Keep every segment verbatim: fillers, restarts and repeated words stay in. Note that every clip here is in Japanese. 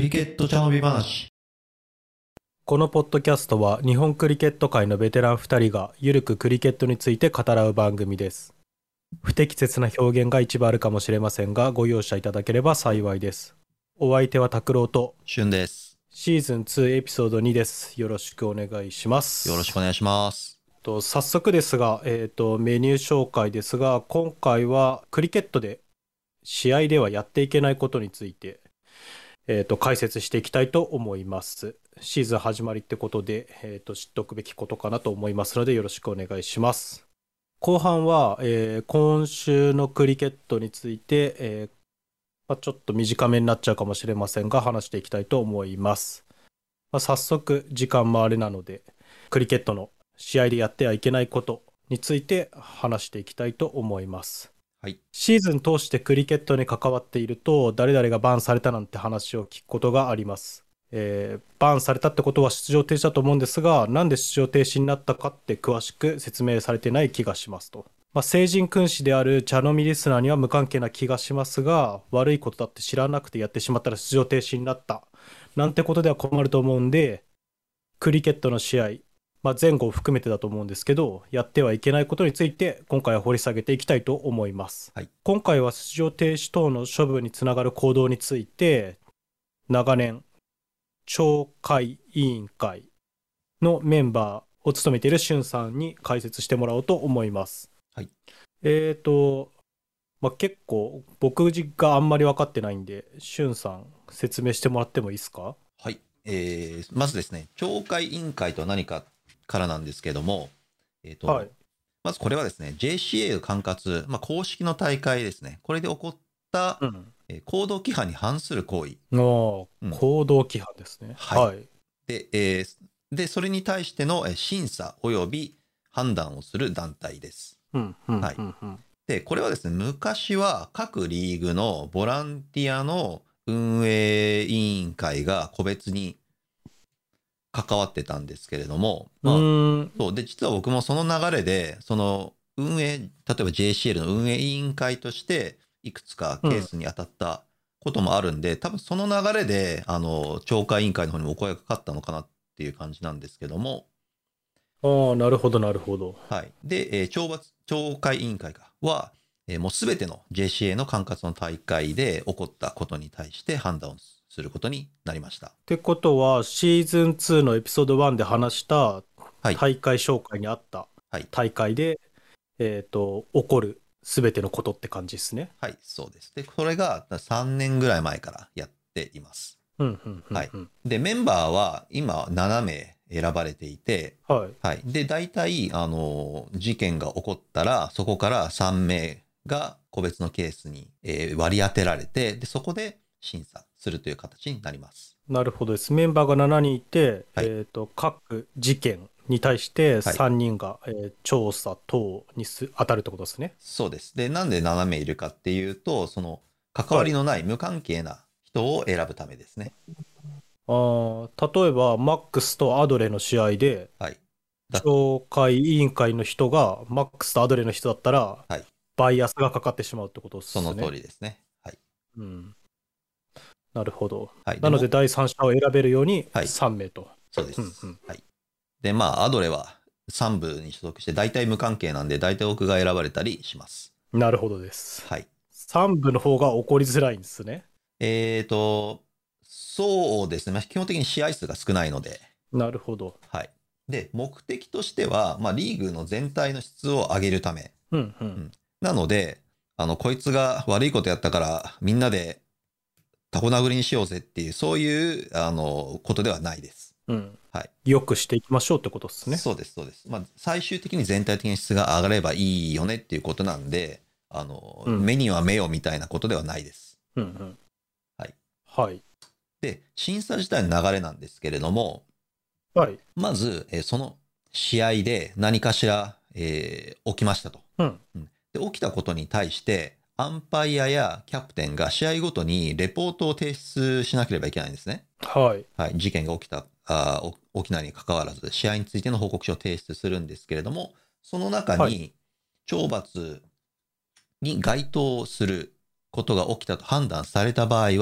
リケット茶飲み話。 このポッドキャストは日本クリケット界のベテランふたりがゆるくクリケットについて語らう番組です。不適切な表現が一部あるかもしれませんがご容赦いただければ幸いです。お相手は拓郎と旬です。 シーズンツーエピソードにです。よろしくお願いします。 よろしくお願いします。 と早速ですが、えーと、メニュー紹介ですが、今回はクリケットで試合ではやっていけないことについてえーと、解説していきたいと思います。シーズン始まりってことで、えーと、知っておくべきことかなと思いますのでよろしくお願いします。後半は、えー今週のクリケットについて、えーまあ、ちょっと短めになっちゃうかもしれませんが話していきたいと思います。まあ、早速時間もあれなのでクリケットの試合でやってはいけないことについて話していきたいと思います。 はい。 シーズン通してクリケットに関わっていると誰々がバンされたなんて話を聞くことがあります。えーバンされたってことは出場停止だと思うんですが、なんで出場停止になったかって詳しく説明されてない気がしますと。まあ、成人君子である茶飲みリスナーには無関係な気がしますが、悪いことだって知らなくてやってしまったら出場停止になったなんてことでは困ると思うんで、クリケットの試合、まあ、前後を含めてだと思うんですけど、やってはいけないことについて今回は掘り下げていきたいと思います。 はい。 今回は出場停止等の処分につながる行動について、長年懲戒委員会のメンバーを務めているしゅんさんに解説してもらおうと思います。 はい。 えーと、まあ、結構僕があんまり分かってないんで、しゅんさん説明してもらってもいいですか？ はい。えー、まずですね、懲戒委員会とは何かからなんですけども、えっ、 はい。 と、まずこれはですね、ジェーシーエー 管轄、まあ、公式の大会ですね。これで起こった、 うん。 えー行動規範に反する行為。 のうん。 行動規範ですね。 はい。 はい。 で、えーで、それに対してのえー審査及び判断をする団体です。 うん、うん、 はい。 うん、うん。 で、これはですね、昔は各リーグのボランティアの運営委員会が個別に関わってたんですけれども、 うまあ、 ーん、 そう。で、実は僕もその流れで、その運営、例えば ジェーシーエル の運営委員会として、いくつかうん。 ケースに当たったこともあるんで、多分その流れで、あの、懲戒委員会の方にもお声がかかったのかなっていう感じなんですけども、 ああ、なるほど、なるほど。 はい。で、えー懲罰、懲戒委員会がは、えーもうすべての ジェーシーエー の管轄の大会で起こったことに対して判断をすることになりました。 ってことは、シーズンツーのエピソードワンで話したはい。 大会紹介にあったはい。 大会で、えっと、起こるすべてのことって感じですね。 はい。そうです。で、これがさんねんぐらい前からやっています。 うん、うん、うん、 はい。 うん。 で、メンバーは今ななめい選ばれていて、 はい。 はい。で、大体、あの、事件が起こったら、そこからさんめいが個別のケースに、えー割り当てられて、で、そこで審査するという形になります。 なるほどです。メンバーがしちにんいて、 はい。 えっと、各事件に対してはい。 さんにんが、えー調査等にす当たるってことですね。 そうです。で、なんでななめいいるかっていうと、その、関わはい。 りのない無関係な人を選ぶためですね。 あー例えば、マックスとアドレの試合で、 はい。だ、 懲戒委員会の人がマックスとアドレの人だったら、 はい。 バイアスがかかってしまうってことでその通すね。 りですね。はい。 うん。なるほど。 はい。でも、 なので、第三者を選べるようにはい。 さんめいと。 そうでうんうす。 ん。 はい。で、まあ、アドレはさん部に所属して、大体無関係なんで、大体僕が選ばれたりします。 なるほどです。 はい。 さん部の方が起こりづらいんですね。 えーと、そうですね。まあ、基本的に試合数が少ないので、 なるほど。 はい。で、目的としては、まあ、リーグの全体の質を上げるため。 うんうん。 うん。なので、あの、こいつが悪いことやったから、みんなでタコ殴りにしようぜっていう、そういう、あの、ことではないです。 うん。 はい。 よくしていきましょうってことですね。 そうです、そうです。まあ、最終的に全体的に質が上がればいいよねっていうことなんで、あの、 うん。 目には目をみたいなことではないです。 うんうん。 はい。 はい。 で、審査自体の流れなんですけれども、 はい。 まず、えーその試合で何かしら、えー起きましたと。 うん。 うんで、起きたことに対して、アンパイアやキャプテンが試合ごとにレポートを提出しなければいけないんですね。 はい。 はい。事件が起きた、あーお起きないに関わらず、試合についての報告書を提出するんですけれども、その中はい。 に、懲罰に該当することが起きたと判断された場合は、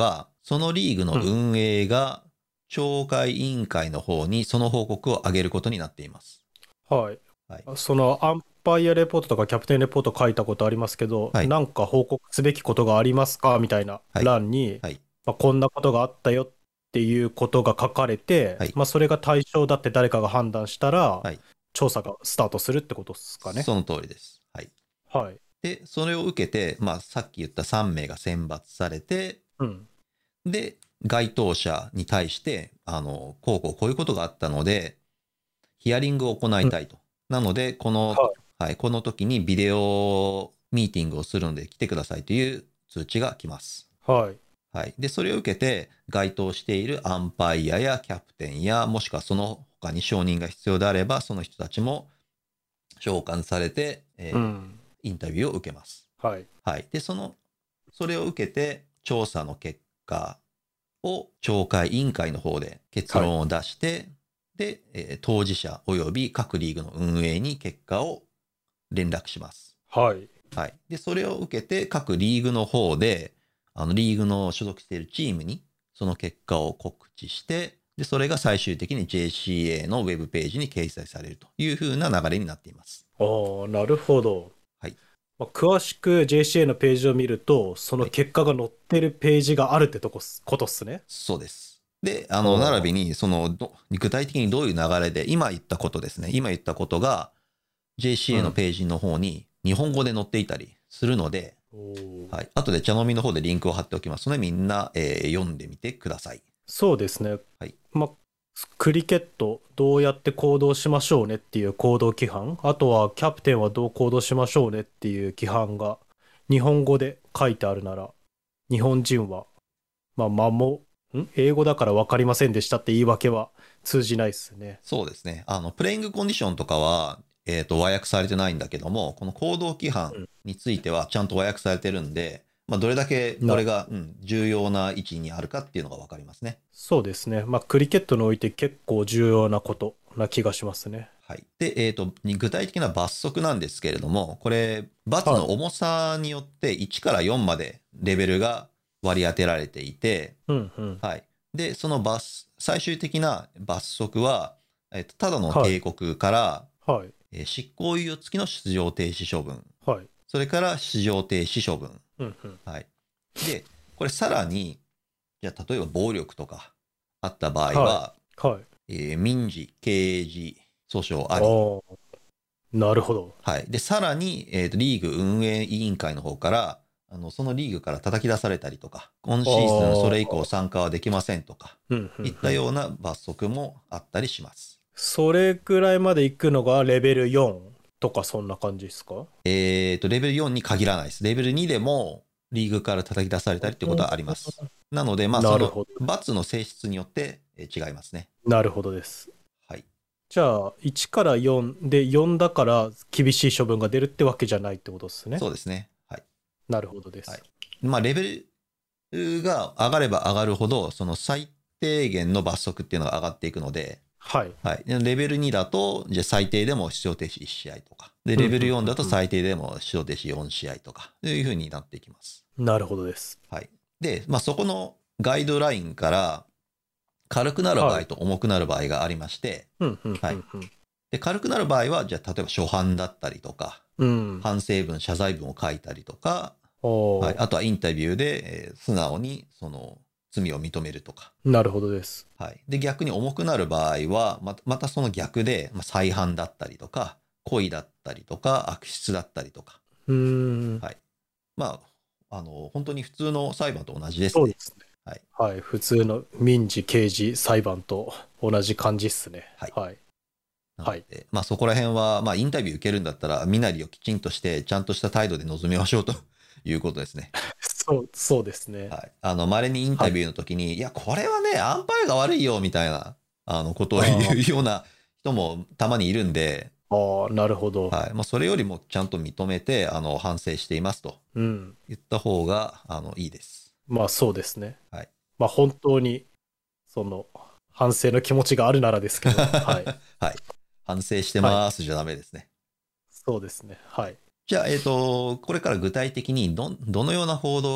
そのリーグの運営が懲戒委員会の方にその報告を上げることになっています。 はい。 はい。 そのアンパイアレポートとかキャプテンレポート書いたことありますけど、 はい。 なんか報告すべきことがありますかみたいなはい。 欄に、 はい。 まあ、こんなことがあったよっていうことが書かれて、 はい。 まあ、それが対象だって誰かが判断したら、 はい。 調査がスタートするってことですかね。 その通りです。はい。 はい。 で、それを受けて、まあ、さっき言ったさんめいが選抜されて、 うん。 で、該当者に対して、あの、こうこうこういうことがあったので、ヒアリングを行いたいと。なので、この、 はい。 はい、この時にビデオミーティングをするので来てくださいという通知が来ます。 はい。 はい。で、それを受けて、該当しているアンパイアやキャプテンや、もしくはその他に承認が必要であれば、その人たちも召喚されて、えーうん。 インタビューを受けます。 はい。 はい。で、その、それを受けて、調査の結果を懲戒委員会の方で結論を出して、で、えー当事者及び各リーグの運営に結果を連絡します。 はい。 はい。で、それを受けて各リーグの方で、あの、リーグの所属しているチームにその結果を告知して、で、それが最終的に ジェーシーエー のウェブページに掲載されるという風な流れになっています。 ああ、なるほど。 はい。 まあ、詳しく ジェーシーエー のページを見ると、そのはい。 結果が載ってるページがあるってとこっす、ことっすね。 そうです。で、ああの、並あ。 びに、その、ど具体的にどういう流れで、今言ったことですね。今言ったことが ジェーシーエー のうん。 ページの方に日本語で載っていたりするので、 おー。 はい。後で茶飲みの方でリンクを貼っておきますので、みんな、えー読んでみてください。 そうですね。 はい。 まあ、クリケットどうやって行動しましょうねっていう行動規範、あとはキャプテンはどう行動しましょうねっていう規範が日本語で書いてあるなら、日本人は、まあ、守、ん英語だから分かりませんでしたって言い訳は通じないですね。 そうですね。あの、プレイングコンディションとかは、えっと、和訳されてないんだけども、この行動規範うん。 についてはちゃんと和訳されてるんで、まあ、どれだけこなる。 れが、うん、重要な位置にあるかっていうのがわかりますね。 そうですね。まあ、クリケットにおいて結構重要なことな気がしますね。 はい。で、えっと、具体的な罰則なんですけれども、これ、罰はい。 の重さによっていちからよんまでレベルが割り当てられていて、 うんうん。 はい。で、その罰、最終的な罰則は、えっと、ただのはい。 警告から、 はい。 えー執行猶予付きの出場停止処分、 はい。 それから出場停止処分。 うんうん。 はい。で、これさらに、じゃあ例えば暴力とかあった場合はい。 は、 はい。 えー民事、刑事、訴訟あり。 ああ、なるほど。 はい。で、さらに、えーと、リーグ運営委員会の方から、あの、そのリーグから叩き出されたりとか、今あシーズンそれ以降あ、 参加はできませんとか、 うんういったんうん。 ような罰則もあったりします。 それぐらいまで行くのがレベルよんとかそんな感じですか？ えーと、レベルよんに限らないです。レベルにでもリーグから叩き出されたりってことはあります。なので、まあ、そのなるほど。 罰の性質によってえー違いますね。 なるほどです。 はい。 じゃあ、いちからよんでよんだから厳しい処分が出るってわけじゃないってことですね。 そうですね。はい。 なるほどではい。 す。 まあ、レベルが上がれば上がるほど、その最低限の罰則っていうのが上がっていくので、 はい。 はい。でレベルにだと、じゃあ最低でも出場停止いち試合とか。で、 うんうんレベルよんだとうんうん。 最低でも出場停止よん試合とか。というふうになっていきます。 なるほどです。 はい。で、まあ、そこのガイドラインから軽くなる場はい。 合と重くなる場合がありまして、 うんうんはい。 うんうん。 で、軽くなる場合は、じゃあ例えば初犯だったりとか、 うん。 反省文、謝罪文を書いたりとか、はい。 おー。 あとはインタビューで、えー素直にその罪を認めるとか。 なるほどです。 はい。で、逆に重くなる場合は、また、またその逆で、まあ、再犯だったりとか、故意だったりとか、悪質だったりとか。 うーん。 はい。まあ、あの、本当に普通の裁判と同じですね。 そうですね。 はい。 はい。普通の民事、刑事裁判と同じ感じっすね。 はい。 はい。はい。 なので、まあそこら辺は、まあインタビュー受けるんだったら、身なりをきちんとして、ちゃんとした態度で臨みましょうということですね。 そう、そうですね。 はい。あの、稀にインはい。 タビューの時に、いや、これはね、アンパイアが悪いよ、みたいな、あの、ことを言あうような人もたまにいるんで、 あ、ああ、なるほど。 はい。まあそれよりもちゃんと認めて、あの、反省していますとうん。 言った方が、あの、いいです。 まあそうですね。 はい。 まあ本当に、その、反省の気持ちがあるならですけど、はい。 はい。反省してはい。 ますじゃダメですね。 そうですね。はい。 じゃあ、えっと、これから具体的にど、どのような報道が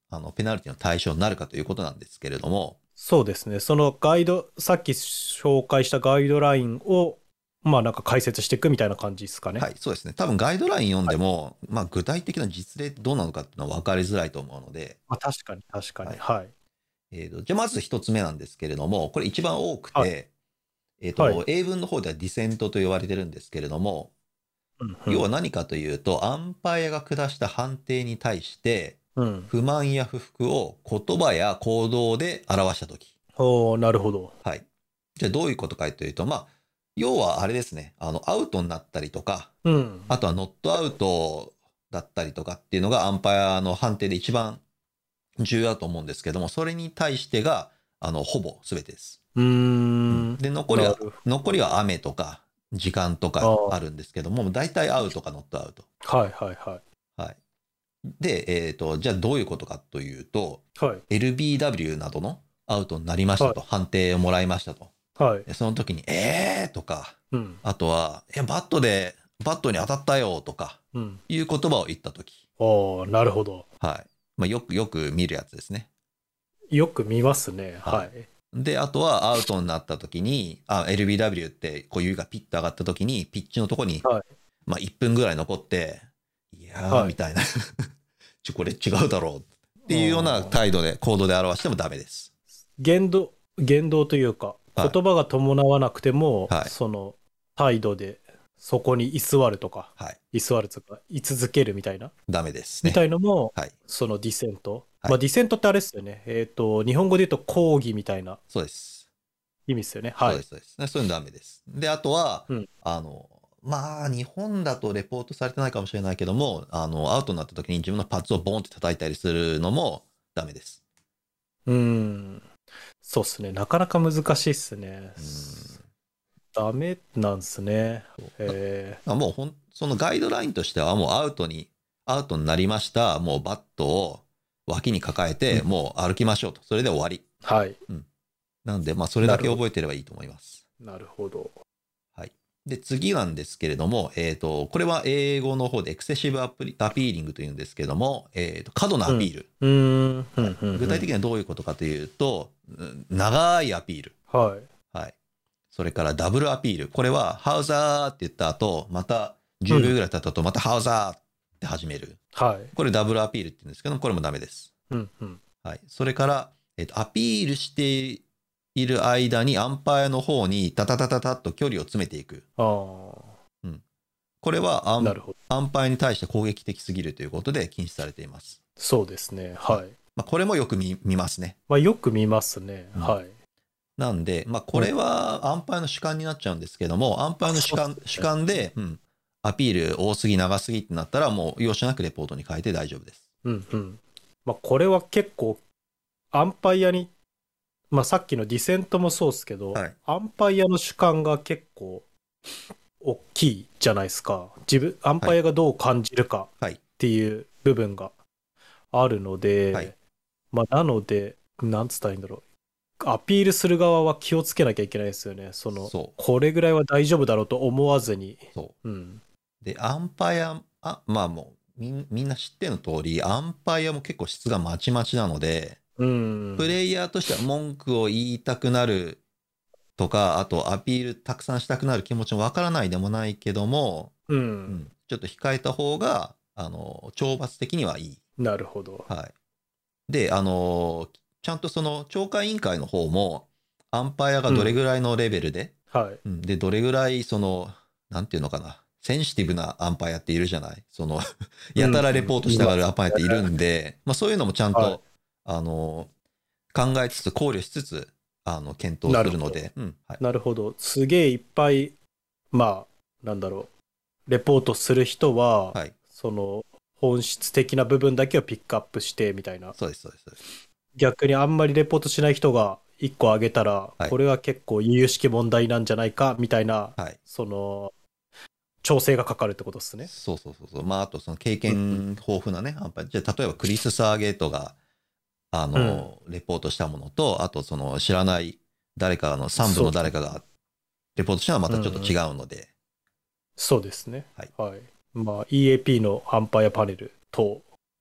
あのペナルティの対象になるかということなんですけれども、 そうですね。そのガイド、さっき紹介したガイドラインを、まあなんか解説していくみたいな感じですかね。 はい、そうですね。多分ガイドライン読んでも、 はい、 まあ具体的な実例どうなのかっていうのは分かりづらいと思うので、 まあ、確かに確かに。 はい。 はい。 えーと、じゃあまず一つ目なんですけれども、これ一番多くて、 はい。 えーと、 はい。 英文の方ではディセントと言われてるんですけれども、 うんうん。 要は何かというと、アンパイアが下した判定に対して、 うん。 不満や不服を言葉や行動で表したとき。 おー、なるほど。 はい。じゃあどういうことかというと、まあ、要はあれですね、あの、アウトになったりとか、 うん。 あとはノットアウトだったりとかっていうのがアンパイアの判定で一番重要だと思うんですけども、それに対してが、あの、ほぼ全てです。 うーうん。 ん。 で、残りは、 なる残りは雨とか、時間とほど。あかあるんですけども、大体アウトかノットアウト。 あ。はいはいはい。 はい。で、えっと、じゃあどういうことかというと、 はい。 エルビーダブリュー などのアウトになりましたはい。 と、判定をもらいましたと。 はい。 でその時に、えーとか、 うん。 あとは、いや、バットで、バットに当たったよとか、 うん。 いう言葉を言った時。 おー、なるほど。 はい。まあ、よく、よく見るやつですね。 よく見ますね。 はい。 はい。 で、あとはアウトになった時に、あ、エルビーダブリュー ってこう指がピッと上がった時に、ピッチのとこに、 はい。 まあいっぷんぐらい残って、いやー、 はい。 みたいな。ちょ、これ違うだろうっていうようなああ。 態度で、行動で表してもダメです。 言動、言動というか、 はい。 言葉が伴わなくても、 はい。 その態度でそこに居座るとか、 はい。 居座るとか、居続けるみたいな、 ダメですみたね。 いのも、 はい。 そのディセント。 はい。 まあディセントってあれですよね。えっと、日本語で言うと抗議みたいなそうです。 意味ですよね。はい。 そうです、そうです。ねそういうのダメです。で、あとは、 うん。 あの、まあ、日本だとレポートされてないかもしれないけども、あの、アウトになった時に自分のパッツをボンって叩いたりするのもダメです。 うーん。そうっすね。なかなか難しいっすね。 うん。 ダメなんすね。 そうだえだもうほん、そのガイドラインとしてはもうアウトに、アウトになりました。もうバットを脇に抱えー、うて、 ん。 もう歩きましょうと。それで終わり。 はい。 うん。なんで、まあ、それだけなるほど。 覚えてればいいと思います。 なるほど。 はい。で、次なんですけれども、えっと、これは英語の方でエクセシブアプリアピーリングというんですけれども、えっと、過度なうん。 アピール。 うーん。うん。 はい。 うん。 具体的にはどういうことかというと、うん長いアピール。 はい。 はい。それからダブルアピール。これは、ハウザーって言った後、また10秒うん。 ぐらい経った後、またハウザーって始める。 はい。 これダブルアピールって言うんですけども、これもダメです。 うん。うん。 はい。それから、えっと、アピールしている間にアンパイアの方にタタタタタッと距離を詰めていく。 ああ。 うん。これはアン、 なるほど。 アンパイアに対して攻撃的すぎるということで禁止されています。 そうですね。 はい。 はい。 まあ、これもよく見、見ますね。 まあ、よく見ますね。 うん。 はい。 なんで、まあ、これはアンパイアの主観になっちゃうんですけども、アンパイアの主そうっ観、主すね。 観で、うん、アピール多すぎ長すぎってなったら、もう容赦なくレポートに変えて大丈夫です。 うんうん。まあ、これは結構、アンパイアに、まあ、さっきのディセントもそうですけど、 はい。 アンパイアの主観が結構大きいじゃないですか。自分、アンはい。 パイアがどう感じるかはい。 っていう部分があるのはい。 で、まあ、なので、なんつったらいいんだろう。アピールする側は気をつけなきゃいけないですよね。その、 そう。 これぐらいは大丈夫だろうと思わずに。 そうん。 う。で、アンパイア、あ、まあもう、みんみんな知っての通り、アンパイアも結構質がまちまちなので、 うん。 プレイヤーとしては文句を言いたくなるとか、あとアピールたくさんしたくなる気持ちもわからないでもないけども、 うん。 うん、ちょっと控えた方が、あの、懲罰的にはいい。 なるほど。 はい。で、あの、ちゃんとその懲戒委員会の方も、アンパイアがどれうん。 ぐらいのレベルで、 はい。 うん、で、どれぐらいその、なんていうのかな、センシティブなアンパイアっているじゃない。そのやたらレうん。 ポートしたがるアンいますパイアっているね。 んで、まあそういうのもちゃんはと、あの、考えつつ、考慮しつつ、あの、検い。 討なるほど。 するので、うん、はい。 なるほど。すげえいっぱい、まあ、なんだろう。レポートする人は、 はい。 その、本質的な部分だけをピックアップしてみたいな。 そうです、そうです、そうです。 逆にあんまりレポートしない人がいっこあげたら、 はい。 これは結構由々しき問題なんじゃないかみたいな、 はい。 その、調整がかかるってことですね。 そうそうそうそう。まあ、あとその経うんうん。 験豊富なね、アンパイア。じゃあ、例えばクリス・サーゲートが、あうん。 の、レポートしたものと、あとその知らない誰かの三部のそうそう。 誰かがレポートしたのはまたちょっと違うんうん。 うので、 そうですね。 はい。 はい。まあ、イーエーピー のアンパイアパネルと、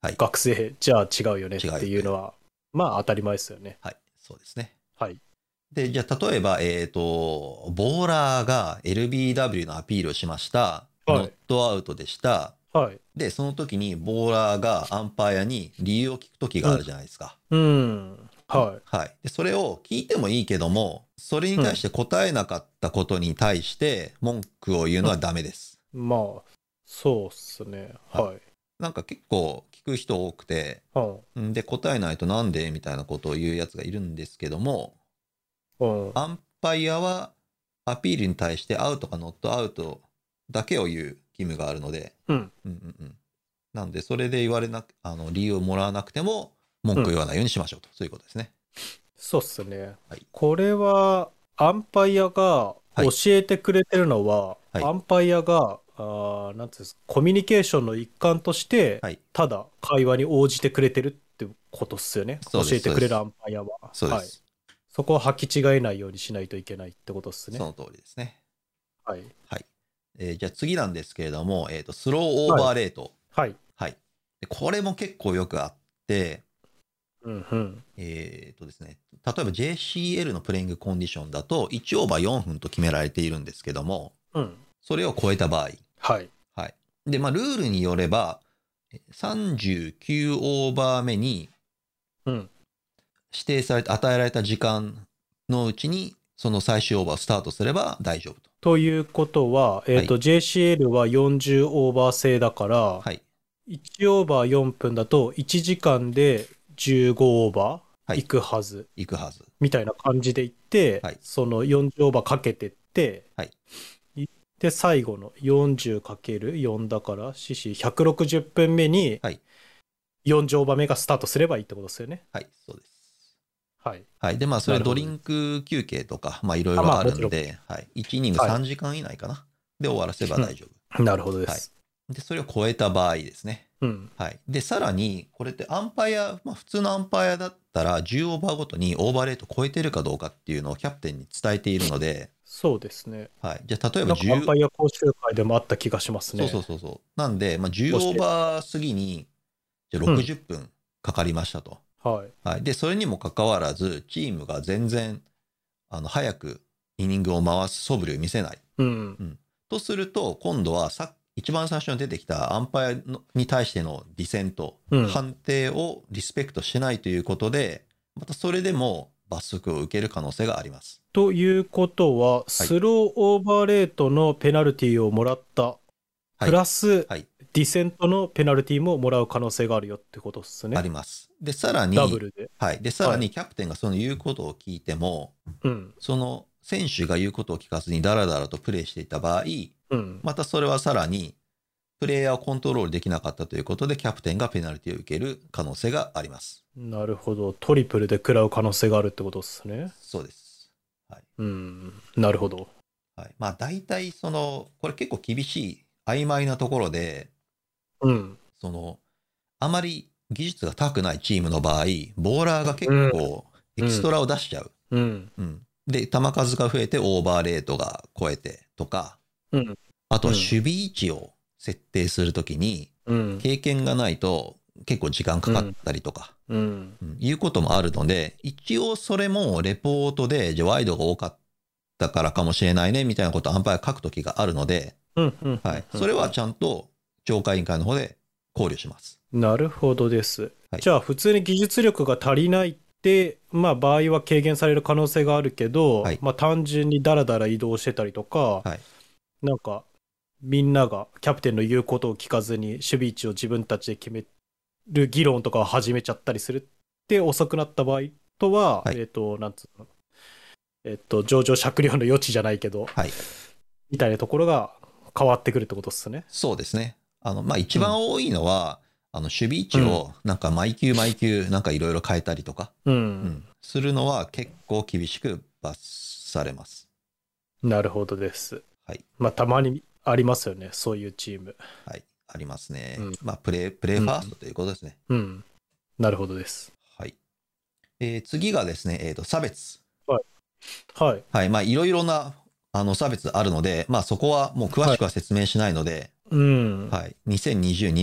はい。 学生じゃあ違うよねって違うよねいうのは、まあ当たり前ですよね。 はい。そうですね。 はい。 で、じゃあ、例えば、えっと、ボーラーが エルビーダブリュー のアピールをしました。 はいノットアウトでした。 はい。 で、その時にボーラーがアンパイアに理由を聞く時があるじゃないですか。 うん。ははい。で、それを聞いてもいいけども、それに対して答えなかったことに対して文句を言うのはダメです。 い。まあ、そうっすね。はい。 なんか結構聞く人多くて、 はんで、答えないとなんでみたいなことを言うやつがいるんですけども、 あ、うん。 アンパイアはアピールに対してアウトかノットアウトだけを言う義務があるので、 うん。 うんうんうん。なので、それで言われなく、あの、理由をもらわなくても文句を言わないようにしましょうと、そういうことですね。 そうっすね。 はいこれは、アンパイアが教えてくれてるのは、 はいアンパイアが、あーなんていうんですか、コミュニケーションの一環として、 はい。 ただ会話に応じてくれてるってことっすよね。 そうです教えてくれるアンパイアは。はい。 そうです。 そこを履き違えないようにしないといけないってことっすね。 その通りですね。 はい。 はい。えーじゃあ次なんですけれども、えっと、スローオーバーレート。 はい。 はい。でこれも結構よくあって、 うんうん。 えっとですね、例えば ジェーシーエル のプレイングコンディションだといちオーバーよんぷんと決められているんですけども、 うん。 それを超えた場合、 はい。 はい。で、まあ、ルールによれば、さんじゅうきゅうオーバー目にうん。 指定されて、与えられた時間のうちに、その最終オーバーをスタートすれば大丈夫と。 ということは、えっと、 はいジェーシーエル はよんじゅうオーバー制だから、 はい。 いちオーバーよんぷんだといちじかんでじゅうごオーバはいーいくはず、 行くはず。 みたいな感じでいって、 はいそのよんじゅうオーバーかけてって、 はいいで最後の よんじゅうかけるよん だから四四ひゃくろくじゅっぷんめにはいよんじゅうオーバー目がスタートすればいいってことですよね。 はい、そうです。 はい。 はい。で、まあ、それなるほどドリンク休憩とか、まあ、いろいあまあろあるんもで、はい。いちイニングはいさんじかん以内かな。で終わらせば大丈夫。 なるほどです。 で、それを超えた場合ですね。 うん。 はい。で、さらに、これってアンパイア、まあ、普通のアンパイアだったら、じゅうオーバーごとにオーバーレート超えてるかどうかっていうのをキャプテンに伝えているので、 そうですね。 はい。じゃあ、例えばなんかアン 10、 パイア講習会でもあった気がしますね。 そうそうそうそう。なんで、まあ、じゅうオーバー過ぎに、じゃあろくじゅっぷんかかりましたと。 はい。 はい。で、それにもかかわらず、チームが全然、あの、早くイニングを回す素振りを見せない。 うん。 とすると、今度はさ、一番最初に出てきたアンパイアのに対してのディセント、 うん判定をリスペクトしないということで、またそれでも罰則を受ける可能性があります。 ということは、スローオーバーレートのペナルティをもらった、 はいプラス、 はい。 ディセントのペナルティももらう可能性があるよってことですね。 あります。で、さらに、 ダブルで。 はい。で、さらはいにキャプテンがその言うことを聞いても、 うん。 その選手が言うことを聞かずにダラダラとプレーしていた場合、 うん。 またそれはさらに、プレイヤーをコントロールできなかったということで、キャプテンがペナルティを受ける可能性があります。 なるほど。トリプルで食らう可能性があるってことですね。 そうです。はい。 うん。なるほど。 はい。まあ、大体、その、これ結構厳しい、曖昧なところで、 うん。 その、あまり技術が高くないチームの場合、ボーラーが結構エキストラを出しちゃう。 うん。 うん。で、球数が増えてオーバーレートが超えてとか、 うん。 あとは守備位置を設定するときに、 うん。 経験がないと結構時間かかったりとか、 うん。 うんいうこともあるので、一応それもレポートで、じゃあワイドが多かったからかもしれないね、みたいなことをアンパイア書くときがあるので、 うん。うん。 はい。それはちゃんと懲戒委員会の方で考慮します。 なるほどです。 はいじゃあ、普通に技術力が足りないって、まあ、場合は軽減される可能性があるけど、 はいまあ、単純にダラダラ移動してたりとか、 はい。 なんか、みんながキャプテンの言うことを聞かずに、守備位置を自分たちで決める議論とかを始めちゃったりするって遅くなった場合とは、 はいえっ、と、なんつうの、えっ、と、情状酌量の余地じゃないけど、 はい。 みたいなところが変わってくるってことですね。 そうですね。あの、まあ、一番多いのは、あの、守備位置をなんか毎球毎球なんかいろいろ変えたりとか、 うん。 うんするのは結構厳しく罰されます。 なるほどです。 はい。 まあ、たまにありますよね、そういうチーム。 はい。ありますね。 うんまあ、プレー、プレーファーストということですね。 うん。なるほどです。 はい。えー次がですね、えっと、差別。 はい。 はい。まあ、いろいろな、あの、差別あるので、まあ、そこはもう詳しくは説明しないので、 うん。 はい。にせんにじゅうにねん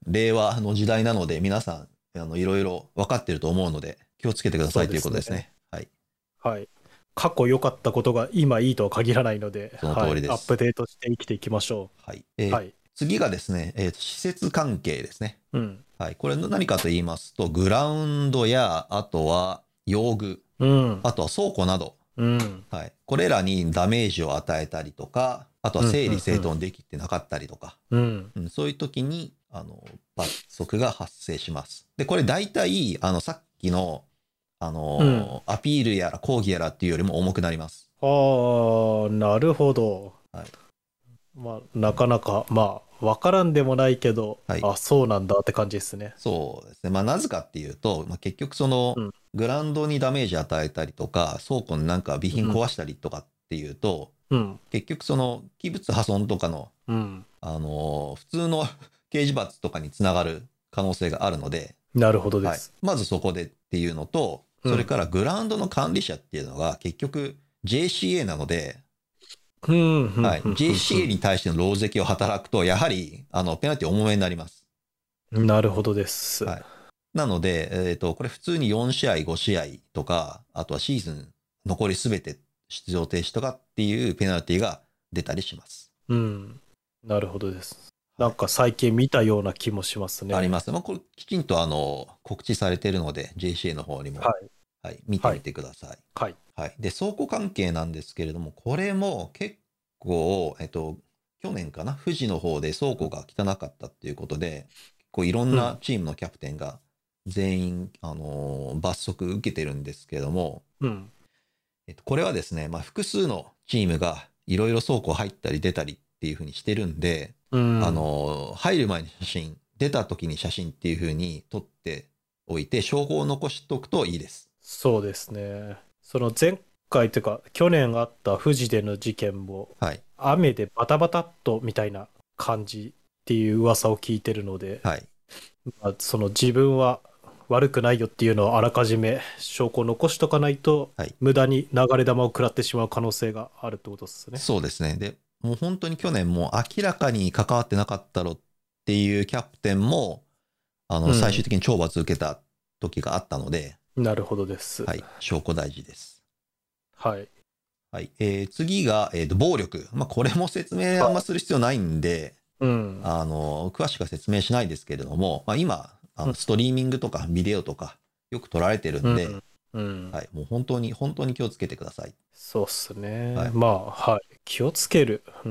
令和の時代なので、皆さん、あの、いろいろ分かってると思うので、気をつけてくださいということですね。はい。 はい。過去良かったことが今いいとは限らないので、 そのはい。 通りです。 アップデートして生きていきましょはい。 う。 えーはい。 次がですね、えーと、施設関係ですね。 うん。 はい。これ何かと言いますと、グラウンドや、あとは用具、 うん。 あとは倉庫など、 うん。 はい。これらにダメージを与えたりとか、あとはうん。 整理整うん。 頓できてなかったりとか、 うん。 うん、そういう時に、あの、罰則が発生します。で、これ大体、あの、さっきの、あうん。 の、アピールやら抗議やらっていうよりも重くなります。 ああ、なるほど。 はい。 まあ、なかなか、まあ、わからんでもないけど、 はい。 あ、そうなんだって感じですね。 そうですね。まあ、なぜかっていうと、まあ、結局その、 うん。 グラウンドにダメージ与えたりとか、倉庫になんか備品うん。 壊したりとかっていうと、 うん。 結局その、器物破損とかの、 うん。 あのー普通の刑事罰とかにつながる可能性があるので、 なるほどではい。 す。 まずそこでっていうのと、 うん。 それからグラウンドの管理者っていうのが結局 ジェーシーエー なので、 うん。うん。 はい。 うん。 ジェーシーエー に対しての労責を働くと、やはり、あの、ペナルティ重めになります。 うん。なるほどです。 はい。なので、えっと、これ普通によん試合、ご試合とか、あとはシーズン残りすべて出場停止とかっていうペナルティが出たりします。 うん。なるほどです。なはい。 んか最近見たような気もしますね。 あります。まあ、これきちんとあの、告知されているので、ジェーシーエー の方にも、 はい。 はい、見てはい。 みてください。 はい。 はい。で、倉庫関係なんですけれども、これも結構、えっと、去年かな、富士の方で倉庫が汚かったっていうことで、結構いろんうん。 なチームのキャプテンが全員、あのー罰則受けてるんですけれども、 うん。 えっと、これはですね、まあ、複数のチームがいろいろ倉庫入ったり出たりっていうふうにしてるんで、 うあん。 のー入る前に写真、出た時に写真っていうふうに撮っておいて、証拠を残しておくといいです。 そうですね。その前回というか、去年あった富士での事件も、 はい。 雨でバタバタっとみたいな感じっていう噂を聞いてるので、 はい。 まあ、その自分は悪くないよっていうのをあらかじめ証拠を残しとかないと、 はい。 無駄に流れ弾を食らってしまう可能性があるってことですね。 そうですね。で、もう本当に去年も明らかに関わってなかったろっていうキャプテンも、あの、最終うん。 的に懲罰受けた時があったので、 なるほどです。 はい。証拠大事です。 はい。 はい。えー次が、えーと、暴力。まあ、これも説明あんまはする必要ないんで、 い。うん。 あの、詳しくは説明しないですけれども、まあ、今、あの、 うん。 ストリーミングとかビデオとかよく撮られてるんで、 うん。うん。 はい。もう本当に、本当に気をつけてください。 そうっすね。 はい。 まあ、はい。気をつける。うん。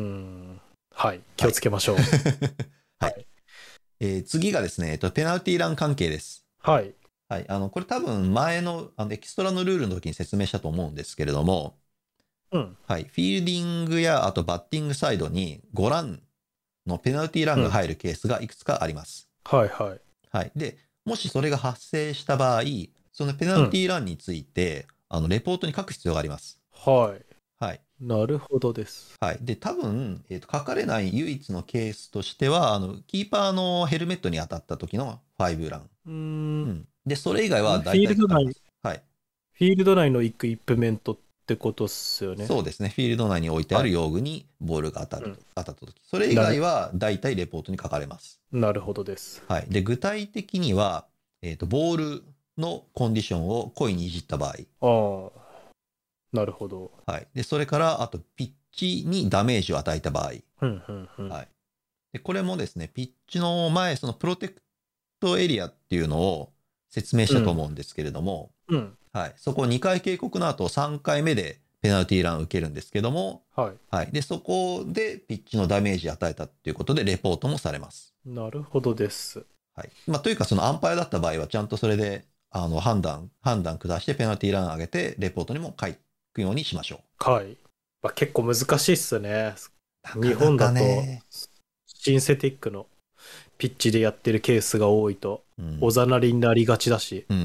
はい。気はい。 をつけましょう。 はい。 はい。 えー次がですね、えっと、ペナルティーラン関係です。 はい。 はい。あの、これ多分前の、あの、エキストラのルールの時に説明したと思うんですけれども、 うん。 はい。フィールディングや、あとバッティングサイドにごランのペナルティーランがうん。 入るケースがいくつかあります。 はいはい。 はい。で、もしそれが発生した場合、そのペナルテうん。 ィーランについて、あの、レポートに書く必要があります。 はい。 はい。 なるほどです。 はい。で、多分、えっと、書かれない唯一のケースとしては、あの、キーパーのヘルメットに当たった時のファイブラン。 うーん。フうん。で、それ以外は大ィールド内、 体書かれます。はい。 フィールド内のイクイプメントってことっすよね。 そうですね。フィールド内に置いてあはい。 る用具にボールが当たると、 うん。 当たった時。それ以なる、 外は大体レポートに書かれます。 なるほどです。 はい。で、具体的には、えっと、ボールのコンディションを故意にいじった場合。 ああ、なるほど。 はい。で、それから、あと、ピッチにダメージを与えた場合。 うん、うん、うん。 はい。で、これもですね、ピッチの前、そのプロテクトエリアっていうのを説明したとうん、 思うんですけれども、 うん。 はい。そこにかい警告の後、さんかいめでペナルティーランを受けるんですけども、 はい。 はい。で、そこでピッチのダメージを与えたっていうことで、レポートもされます。 なるほどです。 はい。まあ、というか、そのアンパイアだった場合は、ちゃんとそれで、あの、判断、判断下してペナルティーランを上げて、レポートにも書くようにしましょはい。まあ、結構難しいっすね。 う。な日かなか本だと、 ね、 シンセティックのピッチでやってるケースが多いと、 うん。 おざなりになりがちだし。 うんうん。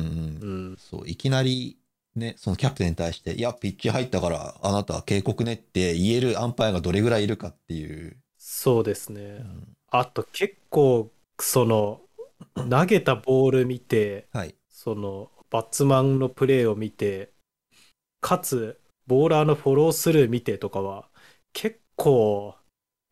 うん。 そう、いきなり、ね、そのキャプテンに対して、いや、ピッチ入ったから、あなたは警告ねって言えるアンパイアがどれぐらいいるかっていう。 そうですうね。 ん、 あと結構、その、投げたボール見て、 はい。 その、バッツマンのプレーを見て、かつ、ボーラーのフォロースルー見てとかは、結構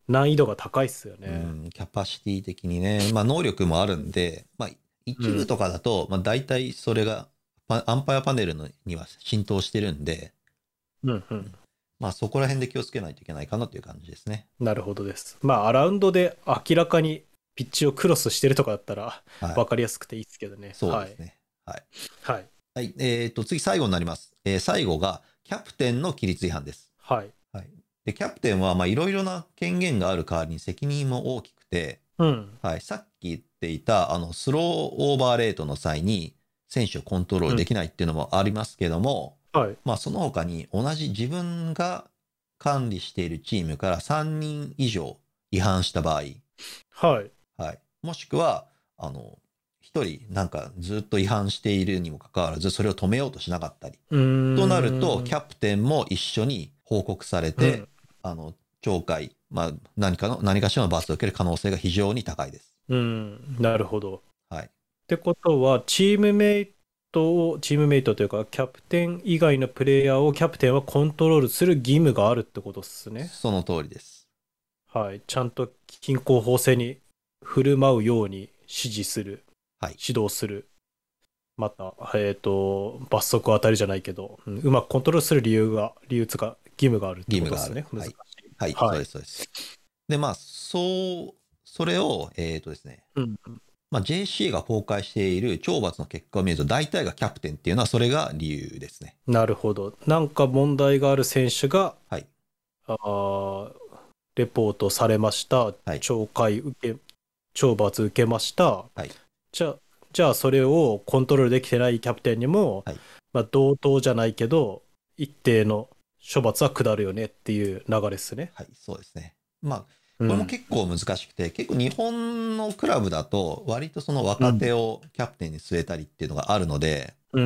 難易度が高いっすようね。 ん、キャパシティ的にね、まあ能力もあるんで、まあ一部とかだと、まあ大体それがパアンパイアパネルのには浸透してるんで、 うんうん。 まあそこら辺で気をつけないといけないかなという感じですね。 なるほどです。まあ、アラウンドで明らかにピッチをクロスしてるとかだったらはい。 分かりやすくていいですけどね。はい。 そうですね。はい。 はい。 はい。えっと、次最後になります。えー最後が、キャプテンの規律違反です。 はい。 はい。で、キャプテンは、まあ、いろいろな権限がある代わりに責任も大きくて、 うん。 はい。さっき言っていた、あの、スローオーバーレートの際に、選手をコントロールでうん。 きないっていうのもありますけども、 はい。 まあ、その他に、同じ自分が管理しているチームからさんにん以上違反した場合、 はい。 はい。もしくは、あの、一人なんかずっと違反しているにもかかわらず、それを止めようとしなかったり。 うーとなると、キん。 ャプテンも一緒に報告されて、 うん。 あの、懲戒、まあ、何かの、何かしらの罰を受ける可能性が非常に高いです。 うん。なるほど。っはい。 てことは、チームメイトを、チームメイトというか、キャプテン以外のプレイヤーをキャプテンはコントロールする義務があるってことですね。 その通りです。 はい。ちゃんと均衡法制に振る舞うように指示する、 はい。 指導する。また、えっと、罰則を与えるじゃないけど、うん、うまくコントロールする理由が、理由つか、義務があるって義務がある。 ことですね。難しい。 はい。はい。そはい。 うです、そうです。で、まあ、そう、それを、えっとですね、 うん。 まあ、ジェーシー が公開している懲罰の結果を見ると、大体がキャプテンっていうのは、それが理由ですね。 なるほど。なんか問題がある選手が、 はい。 あーレポートされました。 はい。 懲戒受け、懲罰受けました。 はい。 じゃあ、じゃあそれをコントロールできてないキャプテンにも、 はい。 まあ、同等じゃないけど、一定の処罰は下るよねっていう流れですね。 はい。そうですね。まあ、これもうん。 結構難しくて、結構日本のクラブだと、割とそのうん。 若手をキャプテンに据えたりっていうのがあるので、 うん。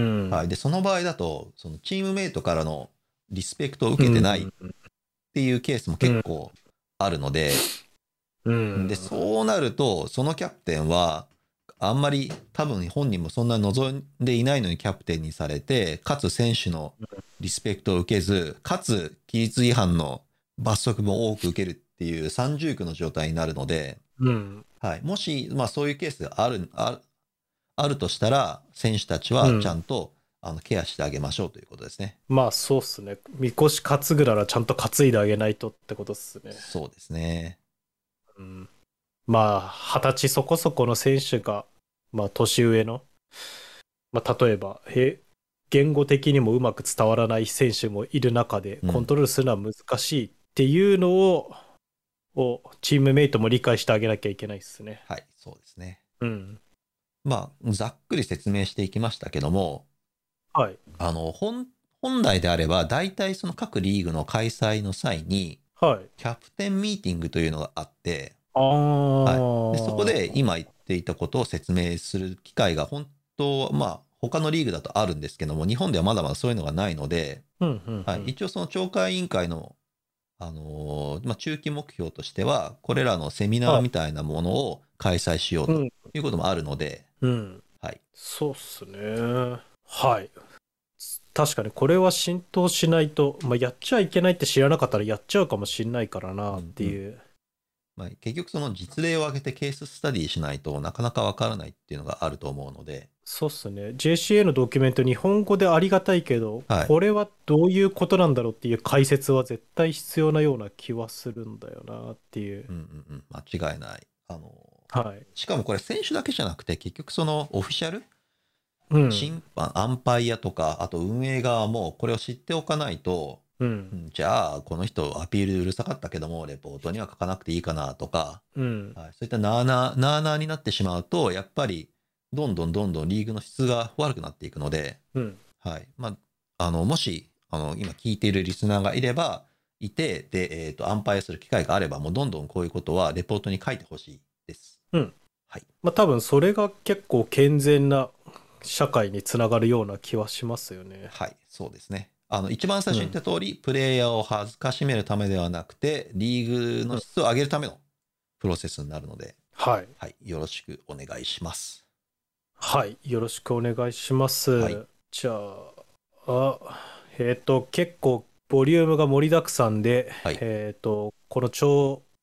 はい。で、その場合だと、そのチームメイトからのリスペクトをう受けてないっん。 ていうケースもうん。 結構あるので、 うで、 ん。 そうなると、そのキャプテンは、あんまり多分本人もそんなに望んでいないのにキャプテンにされて、かつ選手のリスペクトを受けず、かつ規律違反の罰則も多く受けるっていう三重苦の状態になるので、 うん。 はい。もし、まあそういうケースがある、ある、あるとしたら、選手たちはちゃうん。 んと、あの、ケアしてあげましょうということですね。 まあそうっすね。みこし担ぐならちゃんと担いであげないとってことっすね。 そうですね。 うん。まあ、二十歳そこそこの選手が、まあ年上の、まあ例えば、へ言語的にもうまく伝わらない選手もいる中で、 うん。 コントロールするのは難しいっていうのを、をチームメイトも理解してあげなきゃいけないですね。 はい、そうですね。 うん。 まあ、ざっくり説明していきましたけども、 はい。 あの、本、本来であれば、大体その各リーグの開催の際に、 はい。 キャプテンミーティングというのがあって、 あはい。で、そこであ。 今言っていたことを説明する機会が本当、まあ、他のリーグだとあるんですけども、日本ではまだまだそういうのがないので、 うんうんはい。 うん。 一応その懲戒委員会の、あのーまあ、中期目標としては、これらのセミナーはい。 みたいなものを開催しようとうん。 いうこともあるので、 うん。 はい。 そうっすね。はい。確かにこれは浸透しないと、まあ、やっちゃいけないって知らなかったらやっちゃうかもしんないからなっうんうん。 ていう。 まあ、結局その実例を挙げてケーススタディしないとなかなかわからないっていうのがあると思うので、 そうっすね。ジェーシーエー のドキュメント日本語でありがたいけど、 はい。 これはどういうことなんだろうっていう解説は絶対必要なような気はするんだよなっていう。 うんうんうん。間違いない。あの、 はい。 しかもこれ選手だけじゃなくて結局そのオフィシャルうん。 審判、アンパイアとか、あと運営側もこれを知っておかないと、 うん。 うんじゃあ、この人アピールうるさかったけども、レポートには書かなくていいかなとか、 うん。 はい、そういったなあなあ、なあなあになってしまうと、やっぱり、どんどんどんどんリーグの質が悪くなっていくので、 うん。 はい。まあ、あの、もし、あの、今聞いているリスナーがいれば、いて、で、えっと、アンパイアする機会があれば、もうどんどんこういうことはレポートに書いてほしいです。 うん。 はい。 まあ多分それが結構健全な社会につながるような気はしますよね。 はい。そうですね。あの、一番最初にうん。 言った通り、プレイヤーを恥ずかしめるためではなくて、リーグのうん。 質を上げるためのプロセスになるので、 はい。 はい。よろしくお願いします。 はい。よろしくお願いしまはい。 す。じゃあ、あ、えっと、結構ボリュームが盛りだくさんで、 はい。 えっと、この超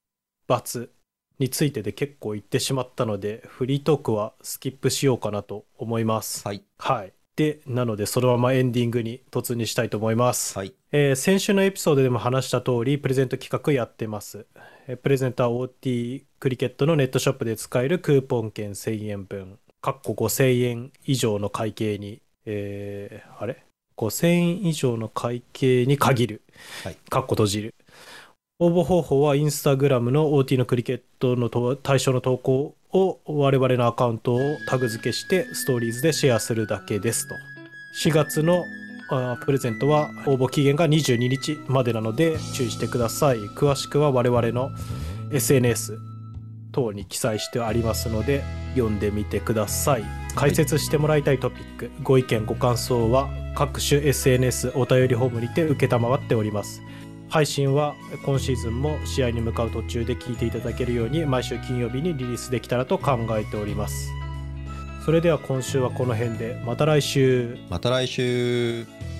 罰についてで結構言ってしまったので、フリートークはスキップしようかなと思います。 はい。 はい。で、なのでそのままエンディングに突入したいと思います。 はい。 えー先週のエピソードでも話した通り、プレゼント企画やってます。えープレゼントは オーティー クリケットのネットショップで使えるクーポン券せんえんぶん、かっこごせんえん以上の会計に、えーあれ ?ごせんえん以上の会計に限る。 はい。 かっこ閉じる。応募方法はインスタグラムの オーティー のクリケットのと対象の投稿を我々のアカウントをタグ付けしてストーリーズでシェアするだけですと。しがつのあプレゼントは応募期限がにじゅうににちまでなので注意してください。詳しくは我々の エスエヌエス 等に記載してありますので読んでみてください。解説してもらいたいトピック、ご意見ご感想は各種 エスエヌエス お便りフォームにて承っております。配信は今シーズンも試合に向かう途中で聞いていただけるように毎週金曜日にリリースできたらと考えております。それでは今週はこの辺で、また来週。 また来週。